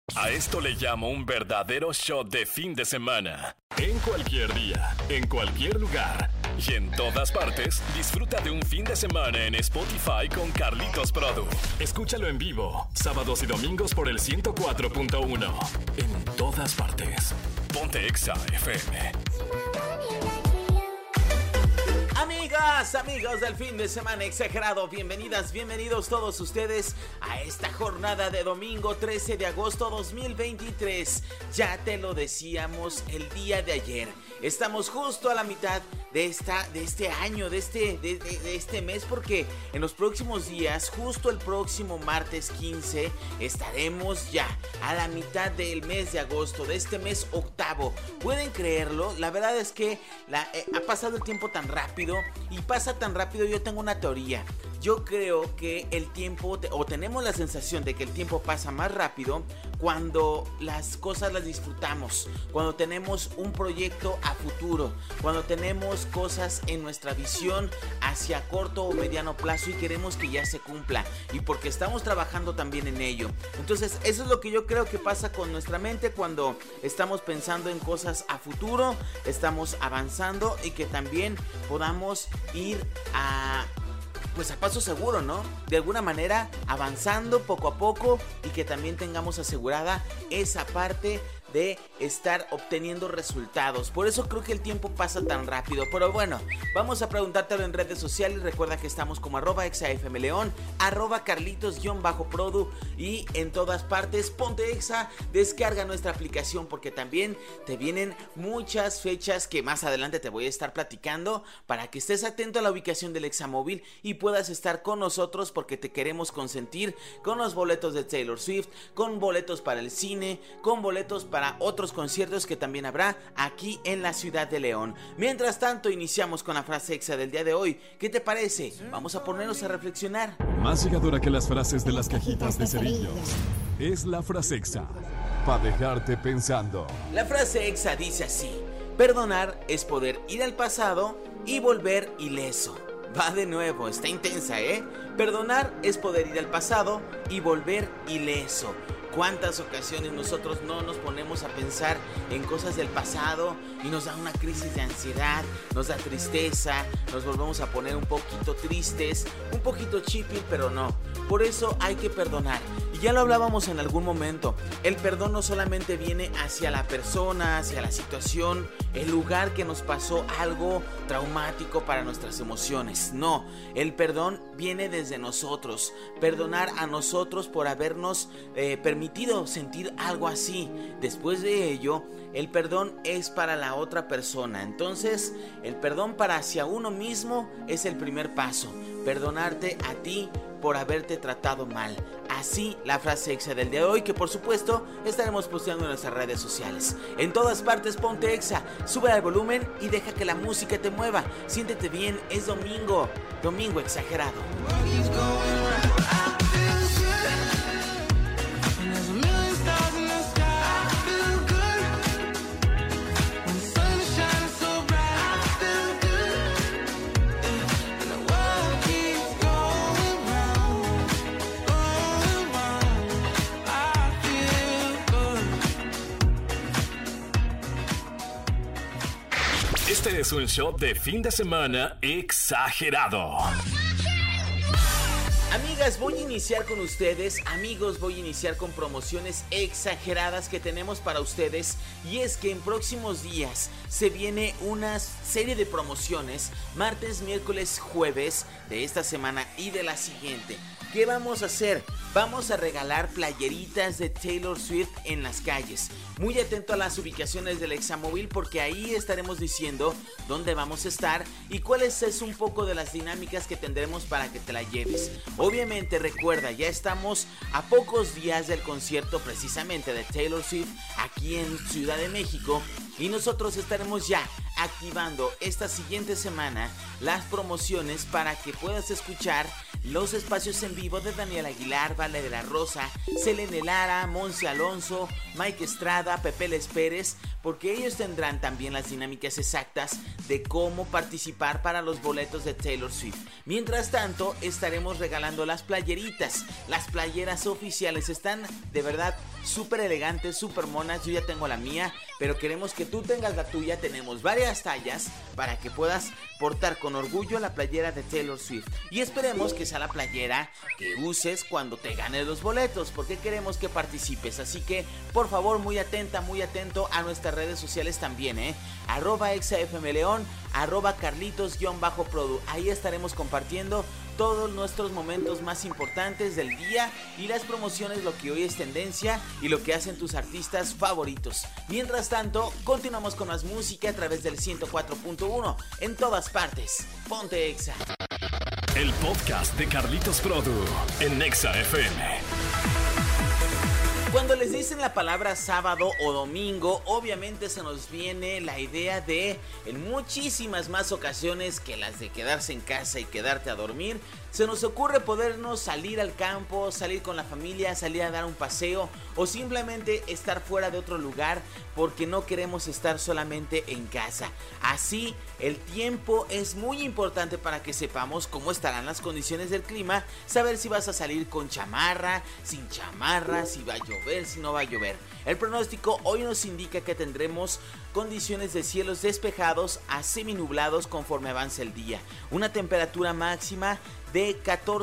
A esto le llamo un verdadero shot de fin de semana. En cualquier día, en cualquier lugar y en todas partes, disfruta de un fin de semana en Spotify con Carlitos Produ. Escúchalo en vivo, sábados y domingos por el 104.1. En todas partes. Ponte Exa FM. Amigas, amigos del fin de semana exagerado, bienvenidas, bienvenidos todos ustedes a esta jornada de domingo 13 de agosto 2023. Ya te lo decíamos el día de ayer, estamos justo a la mitad de este año, de este mes, porque en los próximos días, justo el próximo martes 15, estaremos ya a la mitad del mes de agosto, de este mes octavo. ¿Pueden creerlo? La verdad es que ha pasado el tiempo tan rápido. Y pasa tan rápido, yo tengo una teoría. Yo creo que el tiempo, o tenemos la sensación de que el tiempo pasa más rápido cuando las cosas las disfrutamos, cuando tenemos un proyecto a futuro, cuando tenemos cosas en nuestra visión hacia corto o mediano plazo y queremos que ya se cumpla, y porque estamos trabajando también en ello. Entonces eso es lo que yo creo que pasa con nuestra mente cuando estamos pensando en cosas a futuro, estamos avanzando y que también podamos ir a paso seguro, ¿no? De alguna manera avanzando poco a poco y que también tengamos asegurada esa parte de estar obteniendo resultados. Por eso creo que el tiempo pasa tan rápido. Pero bueno, vamos a preguntártelo en redes sociales. Recuerda que estamos como @exafmleón, @carlitos_produ y en todas partes. Ponte Exa, descarga nuestra aplicación porque también te vienen muchas fechas que más adelante te voy a estar platicando para que estés atento a la ubicación del Examóvil y puedas estar con nosotros porque te queremos consentir con los boletos de Taylor Swift, con boletos para el cine, con boletos para otros conciertos que también habrá aquí en la ciudad de León. Mientras tanto, iniciamos con la frase exa del día de hoy. ¿Qué te parece? Vamos a ponernos a reflexionar. Más llegadora que las frases de las cajitas de cerillos es la frase exa, para dejarte pensando. La frase exa dice así: perdonar es poder ir al pasado y volver ileso. Va de nuevo, está intensa, ¿eh? Perdonar es poder ir al pasado y volver ileso. ¿Cuántas ocasiones nosotros no nos ponemos a pensar en cosas del pasado y nos da una crisis de ansiedad, nos da tristeza, nos volvemos a poner un poquito tristes, un poquito chippy, pero no? Por eso hay que perdonar. Y ya lo hablábamos en algún momento, el perdón no solamente viene hacia la persona, hacia la situación, el lugar que nos pasó algo traumático para nuestras emociones. No, el perdón viene desde nosotros. Perdonar a nosotros por habernos permitido sentir algo así. Después de ello, el perdón es para la otra persona. Entonces, el perdón para hacia uno mismo es el primer paso. Perdonarte a ti por haberte tratado mal. Así la frase exa del día de hoy, que por supuesto estaremos posteando en nuestras redes sociales. En todas partes ponte exa, sube al volumen y deja que la música te mueva. Siéntete bien, es domingo, domingo exagerado. Este es un shot de fin de semana exagerado. Amigas, voy a iniciar con ustedes, amigos, voy a iniciar con promociones exageradas que tenemos para ustedes. Y es que en próximos días se viene una serie de promociones, martes, miércoles, jueves de esta semana y de la siguiente. ¿Qué vamos a hacer? Vamos a regalar playeritas de Taylor Swift en las calles. Muy atento a las ubicaciones del Examóvil porque ahí estaremos diciendo dónde vamos a estar y cuáles es un poco de las dinámicas que tendremos para que te la lleves. Obviamente recuerda, ya estamos a pocos días del concierto precisamente de Taylor Swift aquí en Ciudad de México y nosotros estaremos ya activando esta siguiente semana las promociones para que puedas escuchar los espacios en vivo de Daniel Aguilar, Vale de la Rosa, Selene Lara, Monse Alonso, Mike Estrada, Pepe Les Pérez, porque ellos tendrán también las dinámicas exactas de cómo participar para los boletos de Taylor Swift. Mientras tanto, estaremos regalando las playeritas. Las playeras oficiales están de verdad súper elegantes, súper monas. Yo ya tengo la mía, pero queremos que tú tengas la tuya. Tenemos varias tallas para que puedas portar con orgullo la playera de Taylor Swift. Y esperemos que sea la playera que uses cuando te ganes los boletos, porque queremos que participes. Así que, por favor, muy atenta, muy atento a nuestras redes sociales también, @exafmleon, @carlitos_produ. Ahí estaremos compartiendo todos nuestros momentos más importantes del día y las promociones, lo que hoy es tendencia y lo que hacen tus artistas favoritos. Mientras tanto, continuamos con más música a través del 104.1 en todas partes. Ponte Exa. El podcast de Carlitos Produ en Exa FM. Cuando les dicen la palabra sábado o domingo, obviamente se nos viene la idea de, en muchísimas más ocasiones que las de quedarse en casa y quedarte a dormir, se nos ocurre podernos salir al campo, salir con la familia, salir a dar un paseo o simplemente estar fuera de otro lugar porque no queremos estar solamente en casa. Así, el tiempo es muy importante para que sepamos cómo estarán las condiciones del clima, saber si vas a salir con chamarra, sin chamarra, si va a llover, si no va a llover. El pronóstico hoy nos indica que tendremos condiciones de cielos despejados a seminublados conforme avance el día. Una temperatura máxima de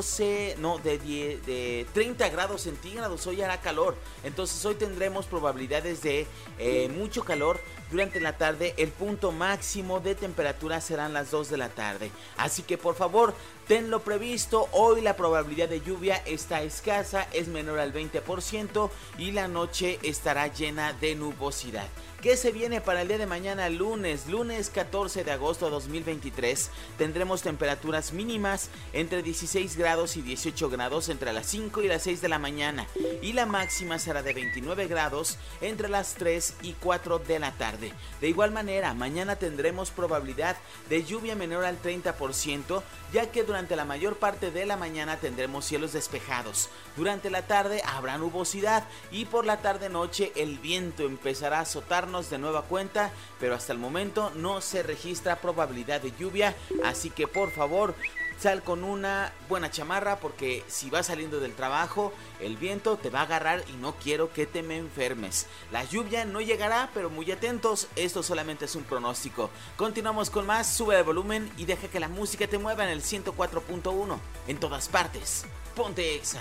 30 grados centígrados. Hoy hará calor, entonces hoy tendremos probabilidades de mucho calor durante la tarde. El punto máximo de temperatura serán las 2 de la tarde, así que por favor tenlo previsto. Hoy la probabilidad de lluvia está escasa, es menor al 20% y la noche estará llena de nubosidad. ¿Qué se viene para el día de mañana? Lunes 14 de agosto de 2023. Tendremos temperaturas mínimas entre 16 grados y 18 grados entre las 5 y las 6 de la mañana. Y la máxima será de 29 grados entre las 3 y 4 de la tarde. De igual manera, mañana tendremos probabilidad de lluvia menor al 30%, ya que durante la mayor parte de la mañana tendremos cielos despejados. Durante la tarde habrá nubosidad y por la tarde-noche el viento empezará a azotar de nueva cuenta, pero hasta el momento no se registra probabilidad de lluvia, así que por favor sal con una buena chamarra porque si vas saliendo del trabajo el viento te va a agarrar y no quiero que te me enfermes. La lluvia no llegará, pero muy atentos, esto solamente es un pronóstico. Continuamos con más, sube el volumen y deja que la música te mueva en el 104.1 en todas partes. Ponte Exa.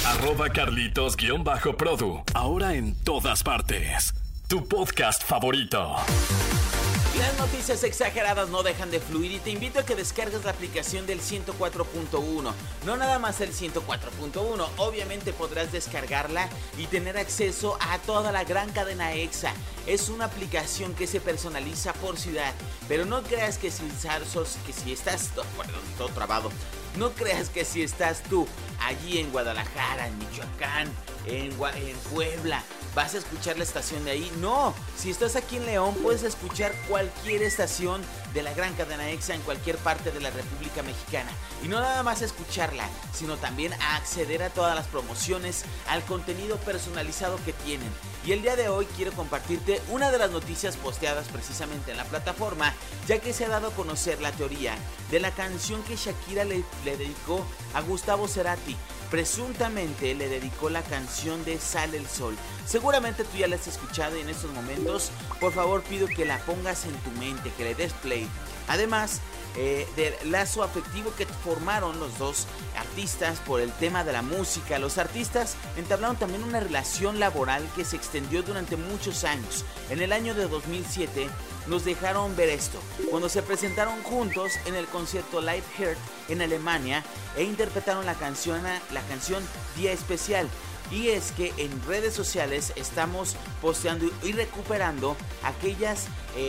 @Carlitos_Produ, ahora en todas partes. Tu podcast favorito. Las noticias exageradas no dejan de fluir y te invito a que descargues la aplicación del 104.1. No nada más el 104.1, obviamente podrás descargarla y tener acceso a toda la gran cadena Exa. Es una aplicación que se personaliza por ciudad, pero no creas que si estás todo trabado. No creas que si estás tú allí en Guadalajara, en Michoacán, en Puebla, vas a escuchar la estación de ahí. No, si estás aquí en León puedes escuchar cualquier estación de la gran cadena Exa en cualquier parte de la República Mexicana. Y no nada más escucharla, sino también a acceder a todas las promociones, al contenido personalizado que tienen. Y el día de hoy quiero compartirte una de las noticias posteadas precisamente en la plataforma, ya que se ha dado a conocer la teoría de la canción que Shakira le dedicó a Gustavo Cerati. Presuntamente le dedicó la canción de Sale el Sol. Seguramente tú ya la has escuchado y en estos momentos por favor pido que la pongas en tu mente, que le des play. Además del lazo afectivo que formaron los dos artistas por el tema de la música, los artistas entablaron también una relación laboral que se extendió durante muchos años. En el año de 2007 nos dejaron ver esto, cuando se presentaron juntos en el concierto Live Heart en Alemania e interpretaron la canción Día Especial. Y es que en redes sociales estamos posteando y recuperando aquellas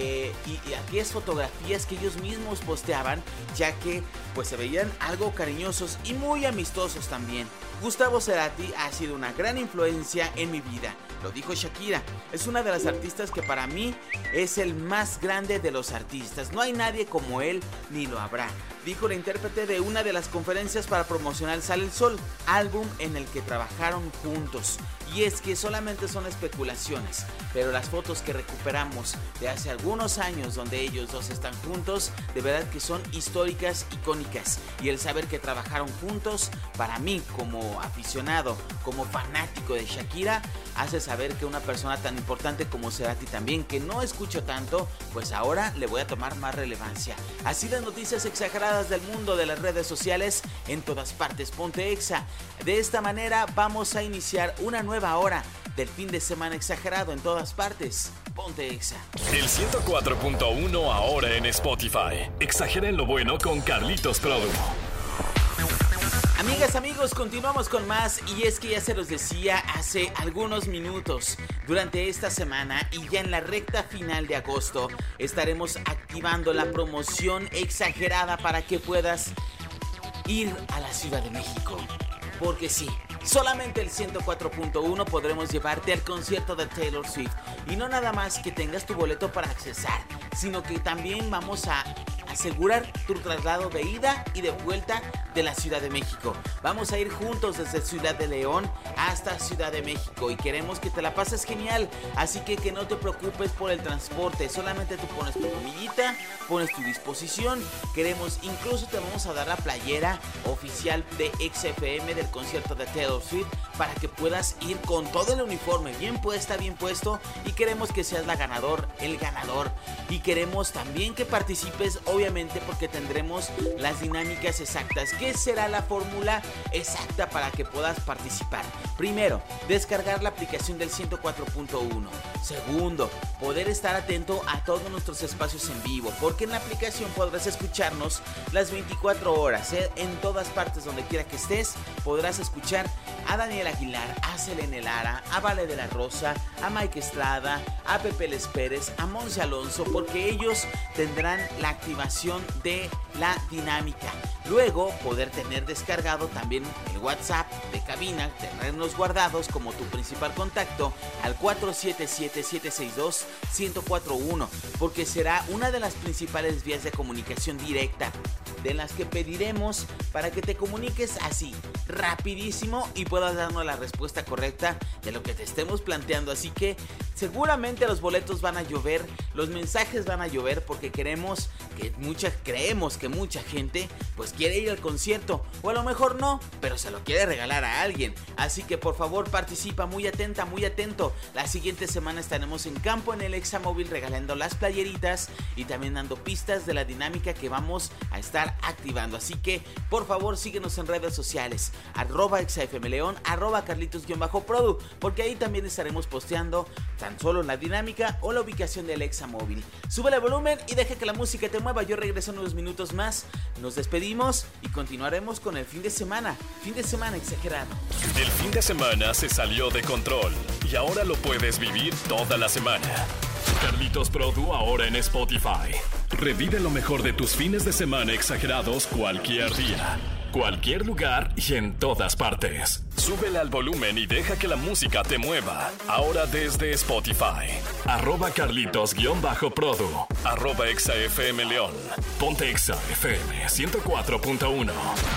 fotografías que ellos mismos posteaban, ya que pues se veían algo cariñosos y muy amistosos también. Gustavo Cerati ha sido una gran influencia en mi vida. Lo dijo Shakira, es una de las artistas que para mí es el más grande de los artistas. No hay nadie como él, ni lo habrá. Dijo la intérprete de una de las conferencias para promocionar Sale el Sol, álbum en el que trabajaron juntos. Y es que solamente son especulaciones, pero las fotos que recuperamos de hace algunos años donde ellos dos están juntos, de verdad que son históricas, icónicas. Y el saber que trabajaron juntos, para mí como aficionado, como fanático de Shakira, hace saber que una persona tan importante como Cerati también, que no escucho tanto, pues ahora le voy a tomar más relevancia. Así las noticias exageradas del mundo de las redes sociales en todas partes. Ponte Exa. De esta manera vamos a iniciar una nueva hora del fin de semana exagerado en todas partes. Ponte Exa. El 104.1 ahora en Spotify. Exagera en lo bueno con Carlitos Produ. Amigas, amigos, continuamos con más y es que ya se los decía hace algunos minutos, durante esta semana y ya en la recta final de agosto estaremos activando la promoción exagerada para que puedas ir a la Ciudad de México, porque sí, solamente el 104.1 podremos llevarte al concierto de Taylor Swift y no nada más que tengas tu boleto para accesar, sino que también vamos a asegurar tu traslado de ida y de vuelta de la Ciudad de México. Vamos a ir juntos desde Ciudad de León hasta Ciudad de México y queremos que te la pases genial, así que no te preocupes por el transporte, solamente tú pones tu comidita, pones tu disposición, incluso te vamos a dar la playera oficial de XFM del concierto de Taylor Swift para que puedas ir con todo el uniforme bien puesta, bien puesto, y queremos que seas el ganador, y queremos también que participes, obviamente, porque tendremos las dinámicas exactas. ¿Qué será la fórmula exacta para que puedas participar? Primero, descargar la aplicación del 104.1. Segundo, poder estar atento a todos nuestros espacios en vivo, porque en la aplicación podrás escucharnos las 24 horas, en todas partes donde quiera que estés, podrás escuchar a Daniel Aguilar, a Selene Lara, a Vale de la Rosa, a Mike Estrada, a Pepe Les Pérez, a Monse Alonso, porque ellos tendrán la activación de la dinámica. Luego poder tener descargado también el WhatsApp de cabina, tenernos guardados como tu principal contacto al 477-762-1041, porque será una de las principales vías de comunicación directa de las que pediremos para que te comuniques así, rapidísimo, y puedas darnos la respuesta correcta de lo que te estemos planteando. Así que seguramente los boletos van a llover, los mensajes van a llover, porque creemos que mucha gente pues quiere ir al concierto, o a lo mejor no, pero se lo quiere regalar a alguien. Así que por favor participa, muy atenta, muy atento. La siguiente semana estaremos en campo en el Examóvil regalando las playeritas y también dando pistas de la dinámica que vamos a estar activando. Así que por favor síguenos en redes sociales, @exafmleon, @carlitos_produ, porque ahí también estaremos posteando tan solo la dinámica o la ubicación del Examóvil. Súbele el volumen y deja que la música te mueva. Yo regreso en unos minutos más, nos despedimos y continuaremos con el fin de semana exagerado. El fin de semana se salió de control y ahora lo puedes vivir toda la semana. Carlitos Produ ahora en Spotify. Revive lo mejor de tus fines de semana exagerados cualquier día, cualquier lugar y en todas partes. Súbele al volumen y deja que la música te mueva. Ahora desde Spotify. @Carlitos_Produ. @ExaFM León. Ponte Exa FM 104.1.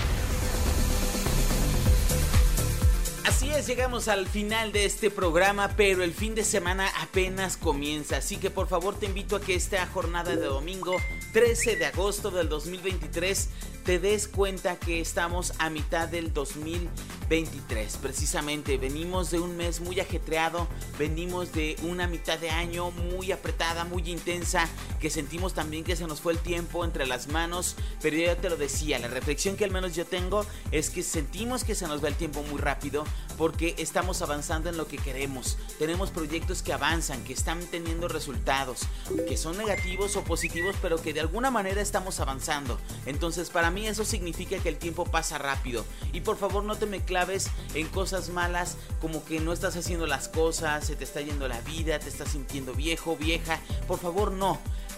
Así es, llegamos al final de este programa, pero el fin de semana apenas comienza, así que por favor te invito a que esta jornada de domingo 13 de agosto del 2023 te des cuenta que estamos a mitad del 2023. Precisamente venimos de un mes muy ajetreado, venimos de una mitad de año muy apretada, muy intensa, que sentimos también que se nos fue el tiempo entre las manos, pero yo ya te lo decía, la reflexión que al menos yo tengo es que sentimos que se nos va el tiempo muy rápido porque estamos avanzando en lo que queremos. Tenemos proyectos que avanzan, que están teniendo resultados, que son negativos o positivos, pero que de alguna manera estamos avanzando. Entonces para mí eso significa que el tiempo pasa rápido. Y por favor no te me claves en cosas malas, como que no estás haciendo las cosas, se te está yendo la vida, te estás sintiendo viejo, vieja. Por favor no.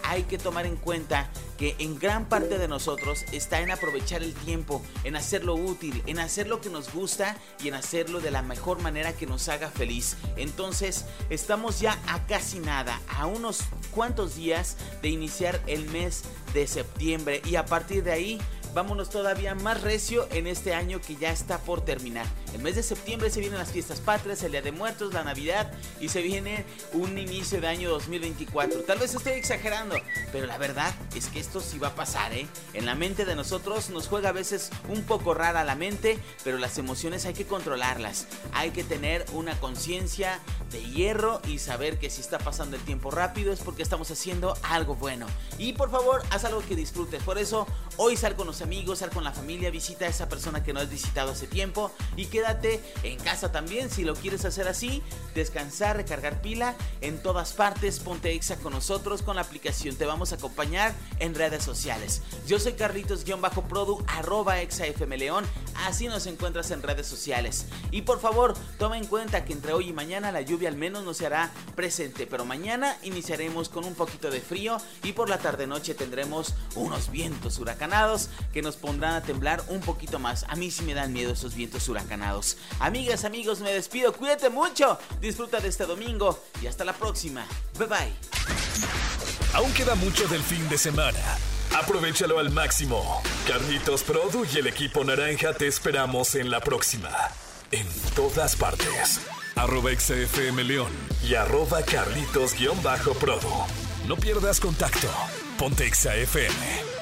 hay que tomar en cuenta que en gran parte de nosotros está en aprovechar el tiempo, en hacerlo útil, en hacer lo que nos gusta y en hacerlo de la mejor manera que nos haga feliz. Entonces, estamos ya a casi nada, a unos cuantos días de iniciar el mes de septiembre, y a partir de ahí vámonos todavía más recio en este año que ya está por terminar. El mes de septiembre se vienen las fiestas patrias, el Día de Muertos, la Navidad, y se viene un inicio de año 2024. Tal vez estoy exagerando, pero la verdad es que esto sí va a pasar, ¿eh? En la mente de nosotros nos juega a veces un poco rara la mente, pero las emociones hay que controlarlas. Hay que tener una conciencia de hierro y saber que si está pasando el tiempo rápido es porque estamos haciendo algo bueno. Y por favor, haz algo que disfrutes. Por eso, hoy sal con los amigos, sal con la familia, visita a esa persona que no has visitado hace tiempo y quédate en casa también si lo quieres hacer así, descansar, recargar pila en todas partes. Ponte Exa con nosotros con la aplicación, te vamos a acompañar en redes sociales. Yo soy Carlitos-Produ, @ExaFMLeón, así nos encuentras en redes sociales. Y por favor, toma en cuenta que entre hoy y mañana la lluvia al menos no se hará presente, pero mañana iniciaremos con un poquito de frío y por la tarde-noche tendremos unos vientos huracanados que nos pondrán a temblar un poquito más. A mí sí me dan miedo esos vientos huracanados. Amigas, amigos, me despido. Cuídate mucho. Disfruta de este domingo y hasta la próxima. Bye bye. Aún queda mucho del fin de semana. Aprovéchalo al máximo. Carlitos Produ y el equipo naranja te esperamos en la próxima. En todas partes. @ExaFMLeón y @Carlitos-Produ. No pierdas contacto. Ponte Exa FM.